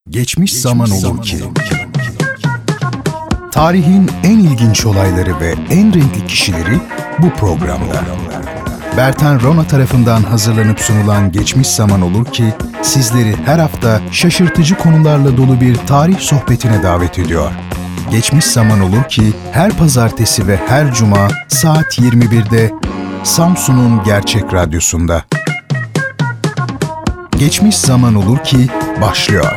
Geçmiş zaman olur ki. Tarihin en ilginç olayları ve en renkli kişileri bu programda. Bertan Rona tarafından hazırlanıp sunulan Geçmiş Zaman Olur ki, sizleri her hafta şaşırtıcı konularla dolu bir tarih sohbetine davet ediyor. Geçmiş Zaman Olur ki, her pazartesi ve her cuma saat 21'de Samsun'un Gerçek Radyosu'nda. Geçmiş Zaman Olur ki başlıyor.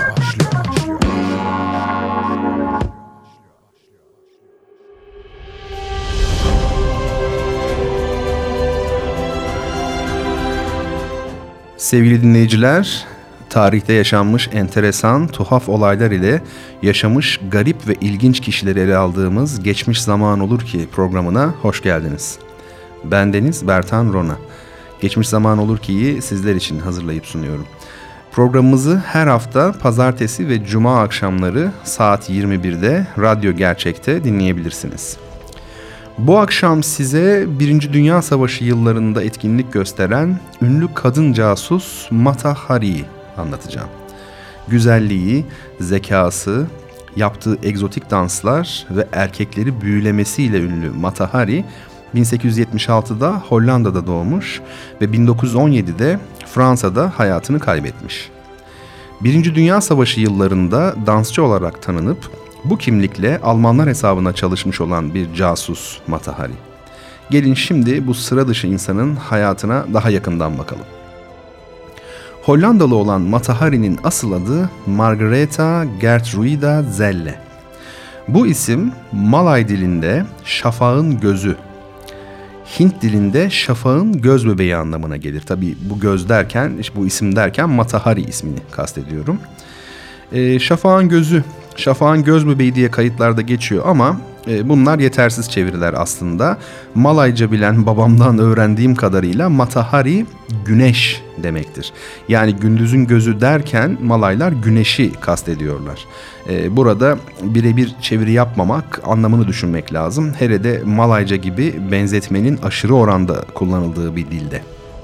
Sevgili dinleyiciler, tarihte yaşanmış enteresan, tuhaf olaylar ile yaşamış garip ve ilginç kişileri ele aldığımız Geçmiş Zaman Olur ki programına hoş geldiniz. Bendeniz Bertan Rona. Geçmiş Zaman Olur ki'yi sizler için hazırlayıp sunuyorum. Programımızı her hafta pazartesi ve cuma akşamları saat 21'de Radyo Gerçek'te dinleyebilirsiniz. Bu akşam size 1. Dünya Savaşı yıllarında etkinlik gösteren ünlü kadın casus Mata Hari'yi anlatacağım. Güzelliği, zekası, yaptığı egzotik danslar ve erkekleri büyülemesiyle ünlü Mata Hari, 1876'da Hollanda'da doğmuş ve 1917'de Fransa'da hayatını kaybetmiş. 1. Dünya Savaşı yıllarında dansçı olarak tanınıp bu kimlikle Almanlar hesabına çalışmış olan bir casus Mata Hari. Gelin şimdi bu sıra dışı insanın hayatına daha yakından bakalım. Hollandalı olan Mata Hari'nin asıl adı Margaretha Gertruida Zelle. Bu isim Malay dilinde şafağın gözü, Hint dilinde şafağın göz bebeği anlamına gelir. Tabii bu göz derken, bu isim derken Mata Hari ismini kastediyorum. Şafağın gözü, şafağın göz bebeği diye kayıtlarda geçiyor ama bunlar yetersiz çeviriler aslında. Malayca bilen babamdan öğrendiğim kadarıyla Mata Hari güneş demektir. Yani gündüzün gözü derken Malaylar güneşi kastediyorlar. Burada birebir çeviri yapmamak, anlamını düşünmek lazım. Hele de Malayca gibi benzetmenin aşırı oranda kullanıldığı bir dilde.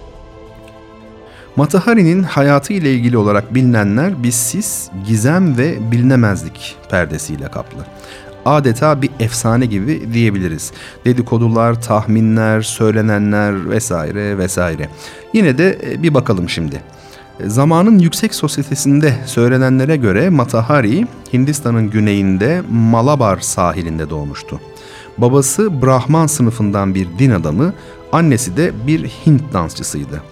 Mata Hari'nin hayatı ile ilgili olarak bilinenler bizsiz, gizem ve bilinemezlik perdesiyle kaplı. Adeta bir efsane gibi diyebiliriz. Dedikodular, tahminler, söylenenler vesaire vesaire. Yine de bir bakalım şimdi. Zamanın yüksek sosyetesinde söylenenlere göre Mata Hari, Hindistan'ın güneyinde Malabar sahilinde doğmuştu. Babası Brahman sınıfından bir din adamı, annesi de bir Hint dansçısıydı.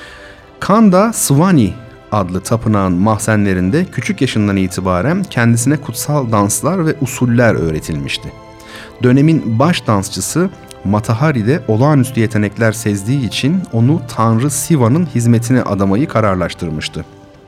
Kanda Svani adlı tapınağın mahzenlerinde küçük yaşından itibaren kendisine kutsal danslar ve usuller öğretilmişti. Dönemin baş dansçısı Mata Hari de olağanüstü yetenekler sezdiği için onu Tanrı Siva'nın hizmetine adamayı kararlaştırmıştı.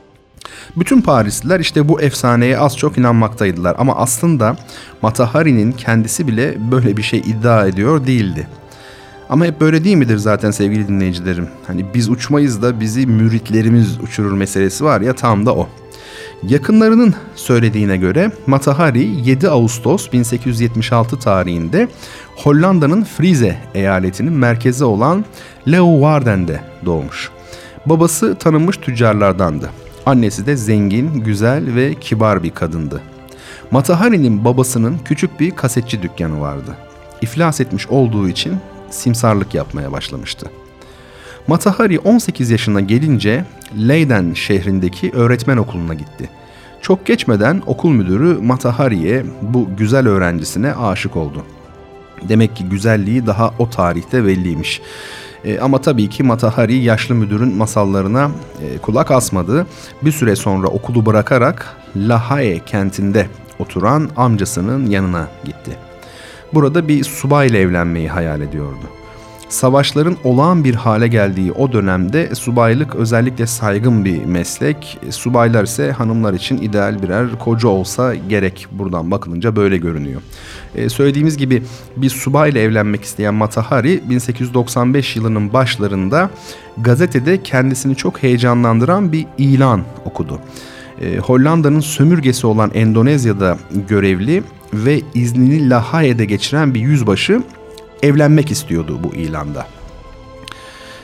Bütün Parisliler işte bu efsaneye az çok inanmaktaydılar ama aslında Mata Hari'nin kendisi bile böyle bir şey iddia ediyor değildi. Ama hep böyle değil midir zaten sevgili dinleyicilerim? Hani biz uçmayız da bizi müritlerimiz uçurur meselesi var ya, tam da o. Yakınlarının söylediğine göre Mata Hari 7 Ağustos 1876 tarihinde Hollanda'nın Friese eyaletinin merkezi olan Leeuwarden'de doğmuş. Babası tanınmış tüccarlardandı. Annesi de zengin, güzel ve kibar bir kadındı. Mata Hari'nin babasının küçük bir kasetçi dükkanı vardı. İflas etmiş olduğu için simsarlık yapmaya başlamıştı. Mata Hari 18 yaşına gelince Leyden şehrindeki öğretmen okuluna gitti. Çok geçmeden okul müdürü Mata Hari'ye, bu güzel öğrencisine aşık oldu. Demek ki güzelliği daha o tarihte belliymiş. Ama tabii ki Mata Hari yaşlı müdürün masallarına kulak asmadı. Bir süre sonra okulu bırakarak La Haye kentinde oturan amcasının yanına gitti. Burada bir subayla evlenmeyi hayal ediyordu. Savaşların olağan bir hale geldiği o dönemde subaylık özellikle saygın bir meslek. Subaylar ise hanımlar için ideal birer koca olsa gerek. Buradan bakılınca böyle görünüyor. Söylediğimiz gibi bir subayla evlenmek isteyen Mata Hari 1895 yılının başlarında gazetede kendisini çok heyecanlandıran bir ilan okudu. Hollanda'nın sömürgesi olan Endonezya'da görevli ve iznini La Haye'de geçiren bir yüzbaşı evlenmek istiyordu bu ilanda.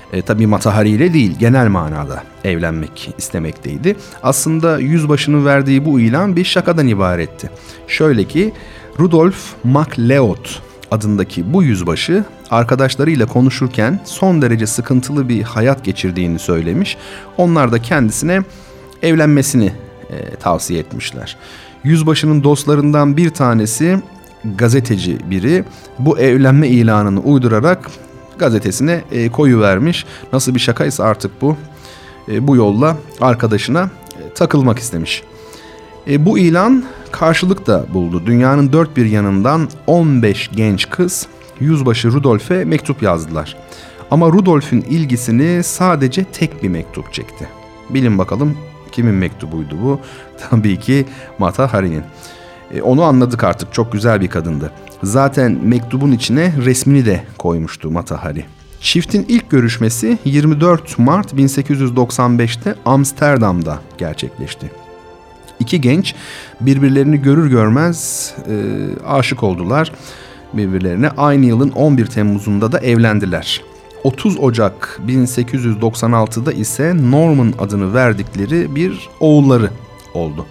Tabii Mata Hari ile değil, genel manada evlenmek istemekteydi. Aslında yüzbaşının verdiği bu ilan bir şakadan ibaretti. Şöyle ki Rudolf MacLeod adındaki bu yüzbaşı arkadaşlarıyla konuşurken son derece sıkıntılı bir hayat geçirdiğini söylemiş. Onlar da kendisine evlenmesini tavsiye etmişler. Yüzbaşının dostlarından bir tanesi, gazeteci biri, bu evlenme ilanını uydurarak gazetesine koyuvermiş. Nasıl bir şakaysa artık bu. Bu yolla arkadaşına takılmak istemiş. Bu ilan karşılık da buldu. Dünyanın dört bir yanından 15 genç kız yüzbaşı Rudolf'e mektup yazdılar. Ama Rudolf'ün ilgisini sadece tek bir mektup çekti. Bilin bakalım kimin mektubuydu bu? Tabii ki Mata Hari'nin. Onu anladık artık, çok güzel bir kadındı. Zaten mektubun içine resmini de koymuştu Mata Hari. Çiftin ilk görüşmesi 24 Mart 1895'te Amsterdam'da gerçekleşti. İki genç birbirlerini görür görmez aşık oldular birbirlerine. Aynı yılın 11 Temmuz'unda da evlendiler. 30 Ocak 1896'da ise Norman adını verdikleri bir oğulları oldu.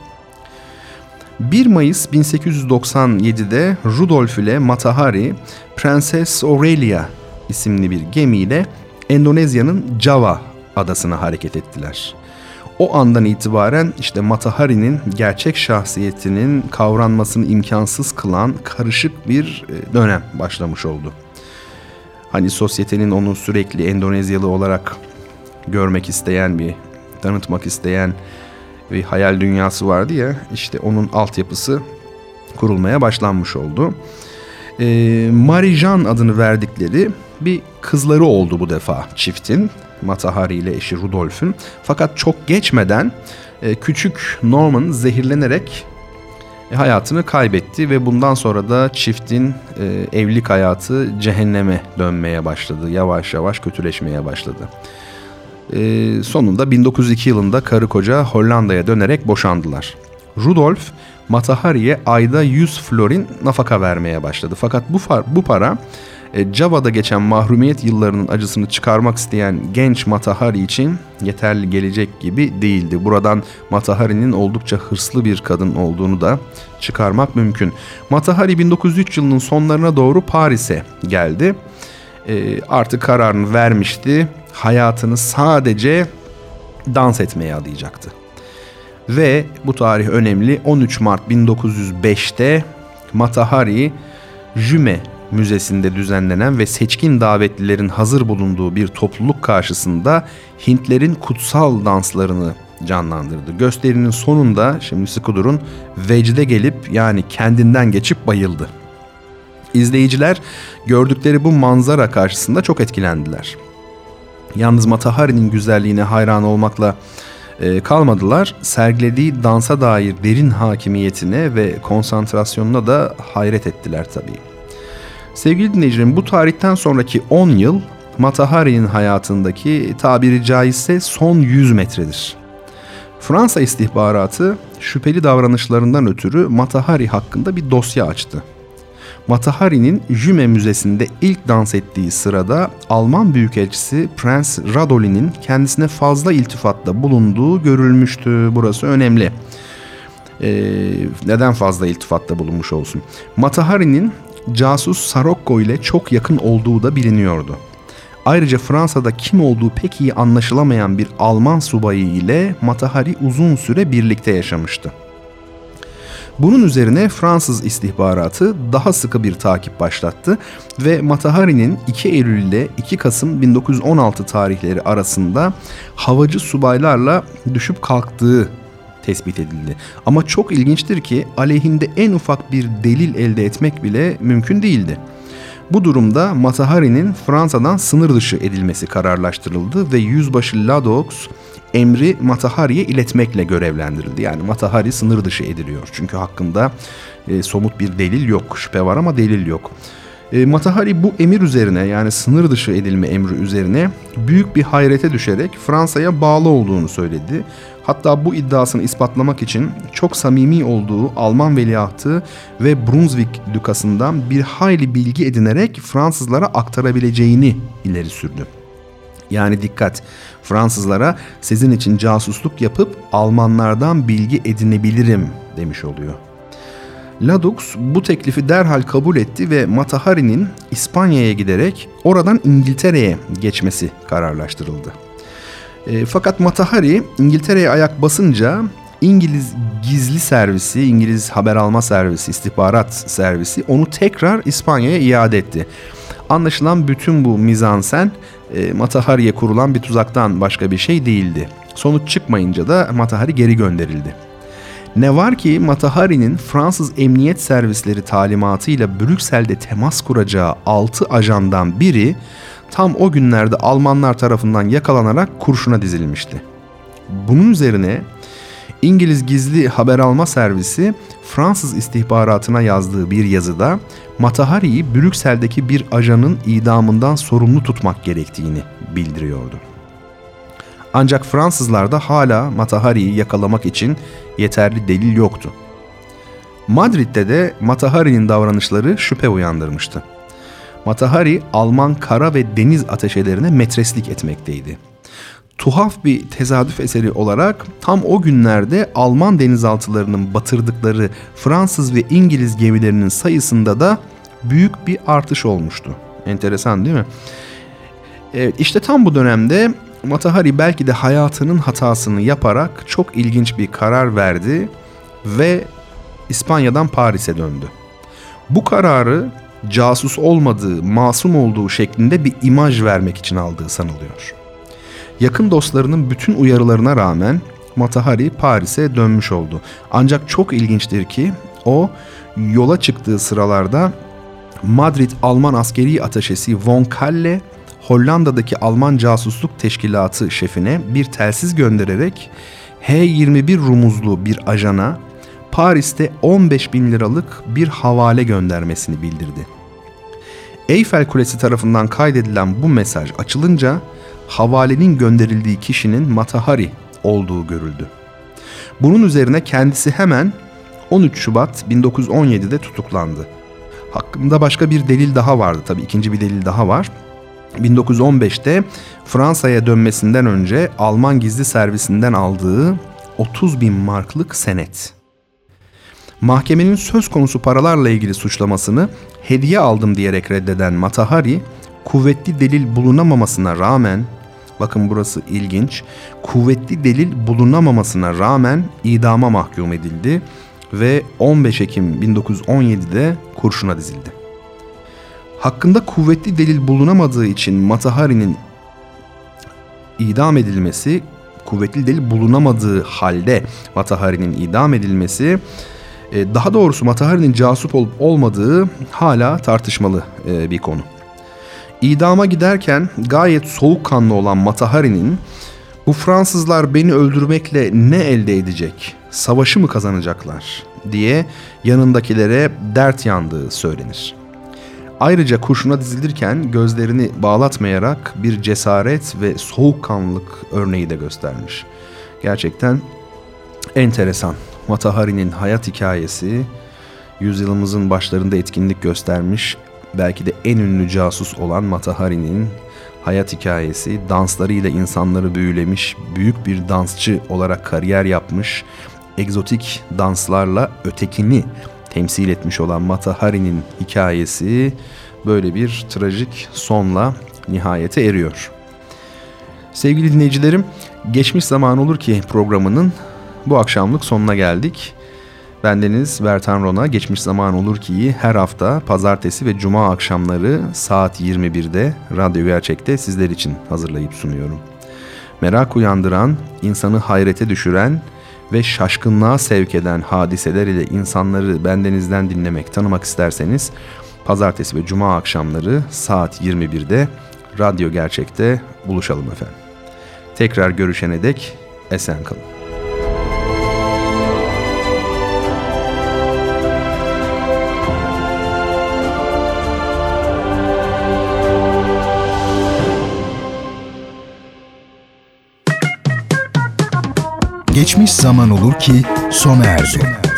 1 Mayıs 1897'de Rudolf ile Mata Hari, Prenses Aurelia isimli bir gemiyle Endonezya'nın Java adasına hareket ettiler. O andan itibaren işte Mata Hari'nin gerçek şahsiyetinin kavranmasını imkansız kılan karışık bir dönem başlamış oldu. Hani sosyetenin onu sürekli Endonezyalı olarak görmek isteyen, bir tanıtmak isteyen bir hayal dünyası vardı ya, işte onun altyapısı kurulmaya başlanmış oldu. Marijan adını verdikleri bir kızları oldu bu defa çiftin, Mata Hari ile eşi Rudolf'ün. Fakat çok geçmeden küçük Norman zehirlenerek hayatını kaybetti ve bundan sonra da çiftin evlilik hayatı cehenneme dönmeye başladı. Yavaş yavaş kötüleşmeye başladı. Sonunda 1902 yılında karı koca Hollanda'ya dönerek boşandılar. Rudolf, Mata Hari'ye ayda 100 florin nafaka vermeye başladı. Fakat bu para Java'da geçen mahrumiyet yıllarının acısını çıkarmak isteyen genç Mata Hari için yeterli gelecek gibi değildi. Buradan Mata Hari'nin oldukça hırslı bir kadın olduğunu da çıkarmak mümkün. Mata Hari 1903 yılının sonlarına doğru Paris'e geldi. Artık kararını vermişti. Hayatını sadece dans etmeye adayacaktı. Ve bu tarih önemli. 13 Mart 1905'te Mata Hari, Jume Müzesi'nde düzenlenen ve seçkin davetlilerin hazır bulunduğu bir topluluk karşısında Hintlerin kutsal danslarını canlandırdı. Gösterinin sonunda, şimdi sıkı durun, vecde gelip yani kendinden geçip bayıldı. İzleyiciler gördükleri bu manzara karşısında çok etkilendiler. Yalnız Mata Hari'nin güzelliğine hayran olmakla kalmadılar. Sergilediği dansa dair derin hakimiyetine ve konsantrasyonuna da hayret ettiler tabii. Sevgili dinleyicilerim, bu tarihten sonraki 10 yıl Mata Hari'nin hayatındaki tabiri caizse son 100 metredir. Fransa istihbaratı şüpheli davranışlarından ötürü Mata Hari hakkında bir dosya açtı. Mata Hari'nin Jume Müzesi'nde ilk dans ettiği sırada Alman Büyükelçisi Prens Radolin kendisine fazla iltifatta bulunduğu görülmüştü. Burası önemli. Neden fazla iltifatta bulunmuş olsun? Mata Hari'nin casus Sarokko ile çok yakın olduğu da biliniyordu. Ayrıca Fransa'da kim olduğu pek iyi anlaşılamayan bir Alman subayı ile Mata Hari uzun süre birlikte yaşamıştı. Bunun üzerine Fransız istihbaratı daha sıkı bir takip başlattı ve Mata Hari'nin 2 Eylül ile 2 Kasım 1916 tarihleri arasında havacı subaylarla düşüp kalktığı tespit edildi. Ama çok ilginçtir ki aleyhinde en ufak bir delil elde etmek bile mümkün değildi. Bu durumda Mata Hari'nin Fransa'dan sınır dışı edilmesi kararlaştırıldı ve Yüzbaşı Ladoux emri Mata Hari'ye iletmekle görevlendirildi. Yani Mata Hari sınır dışı ediliyor. Çünkü hakkında somut bir delil yok. Şüphe var ama delil yok. Mata Hari bu emir üzerine, yani sınır dışı edilme emri üzerine büyük bir hayrete düşerek Fransa'ya bağlı olduğunu söyledi. Hatta bu iddiasını ispatlamak için çok samimi olduğu Alman veliahtı ve Brunswick Dükası'ndan bir hayli bilgi edinerek Fransızlara aktarabileceğini ileri sürdü. Yani dikkat, Fransızlara sizin için casusluk yapıp Almanlardan bilgi edinebilirim demiş oluyor. Ladux bu teklifi derhal kabul etti ve Mata Hari'nin İspanya'ya giderek oradan İngiltere'ye geçmesi kararlaştırıldı. Fakat Mata Hari İngiltere'ye ayak basınca İngiliz gizli servisi, İngiliz haber alma servisi, istihbarat servisi onu tekrar İspanya'ya iade etti. Anlaşılan bütün bu mizansen Mata Hari'ye kurulan bir tuzaktan başka bir şey değildi. Sonuç çıkmayınca da Mata Hari geri gönderildi. Ne var ki Mata Hari'nin Fransız emniyet servisleri talimatıyla Brüksel'de temas kuracağı 6 ajandan biri tam o günlerde Almanlar tarafından yakalanarak kurşuna dizilmişti. Bunun üzerine İngiliz gizli haber alma servisi Fransız istihbaratına yazdığı bir yazıda Mata Hari'yi Brüksel'deki bir ajanın idamından sorumlu tutmak gerektiğini bildiriyordu. Ancak Fransızlarda hala Mata Hari'yi yakalamak için yeterli delil yoktu. Madrid'de de Mata Hari'nin davranışları şüphe uyandırmıştı. Mata Hari Alman kara ve deniz ateşelerine metreslik etmekteydi. Tuhaf bir tesadüf eseri olarak tam o günlerde Alman denizaltılarının batırdıkları Fransız ve İngiliz gemilerinin sayısında da büyük bir artış olmuştu. Enteresan değil mi? Evet, işte tam bu dönemde Mata Hari belki de hayatının hatasını yaparak çok ilginç bir karar verdi ve İspanya'dan Paris'e döndü. Bu kararı casus olmadığı, masum olduğu şeklinde bir imaj vermek için aldığı sanılıyor. Yakın dostlarının bütün uyarılarına rağmen Mata Hari Paris'e dönmüş oldu. Ancak çok ilginçtir ki o yola çıktığı sıralarda Madrid Alman askeri ateşesi von Kalle, Hollanda'daki Alman casusluk teşkilatı şefine bir telsiz göndererek H-21 rumuzlu bir ajana Paris'te 15.000 liralık bir havale göndermesini bildirdi. Eyfel Kulesi tarafından kaydedilen bu mesaj açılınca havalenin gönderildiği kişinin Mata Hari olduğu görüldü. Bunun üzerine kendisi hemen 13 Şubat 1917'de tutuklandı. Hakkında başka bir delil daha vardı, tabii ikinci bir delil daha var. 1915'te Fransa'ya dönmesinden önce Alman gizli servisinden aldığı 30.000 marklık senet. Mahkemenin söz konusu paralarla ilgili suçlamasını hediye aldım diyerek reddeden Mata Hari, kuvvetli delil bulunamamasına rağmen, bakın burası ilginç, kuvvetli delil bulunamamasına rağmen idama mahkum edildi ve 15 Ekim 1917'de kurşuna dizildi. Hakkında kuvvetli delil bulunamadığı için Mata Hari'nin idam edilmesi, kuvvetli delil bulunamadığı halde Mata Hari'nin idam edilmesi, daha doğrusu Mata Hari'nin casus olup olmadığı hala tartışmalı bir konu. İdama giderken gayet soğukkanlı olan Mata Hari'nin "Bu Fransızlar beni öldürmekle ne elde edecek, savaşı mı kazanacaklar?" diye yanındakilere dert yandığı söylenir. Ayrıca kurşuna dizilirken gözlerini bağlatmayarak bir cesaret ve soğukkanlılık örneği de göstermiş. Gerçekten enteresan. Mata Hari'nin hayat hikayesi yüzyılımızın başlarında etkinlik göstermiş, belki de en ünlü casus olan Mata Hari'nin hayat hikayesi, danslarıyla insanları büyülemiş, büyük bir dansçı olarak kariyer yapmış, egzotik danslarla ötekini temsil etmiş olan Mata Hari'nin hikayesi böyle bir trajik sonla nihayete eriyor. Sevgili dinleyicilerim, Geçmiş Zaman Olur Ki programının bu akşamlık sonuna geldik. Bendeniz Bertan Rona, Geçmiş Zaman Olur Ki'yi her hafta pazartesi ve cuma akşamları saat 21'de Radyo Gerçek'te sizler için hazırlayıp sunuyorum. Merak uyandıran, insanı hayrete düşüren ve şaşkınlığa sevk eden hadiseler ile insanları bendenizden dinlemek, tanımak isterseniz pazartesi ve cuma akşamları saat 21'de Radyo Gerçek'te buluşalım efendim. Tekrar görüşene dek esen kalın. Geçmiş Zaman Olur Ki sona erdi.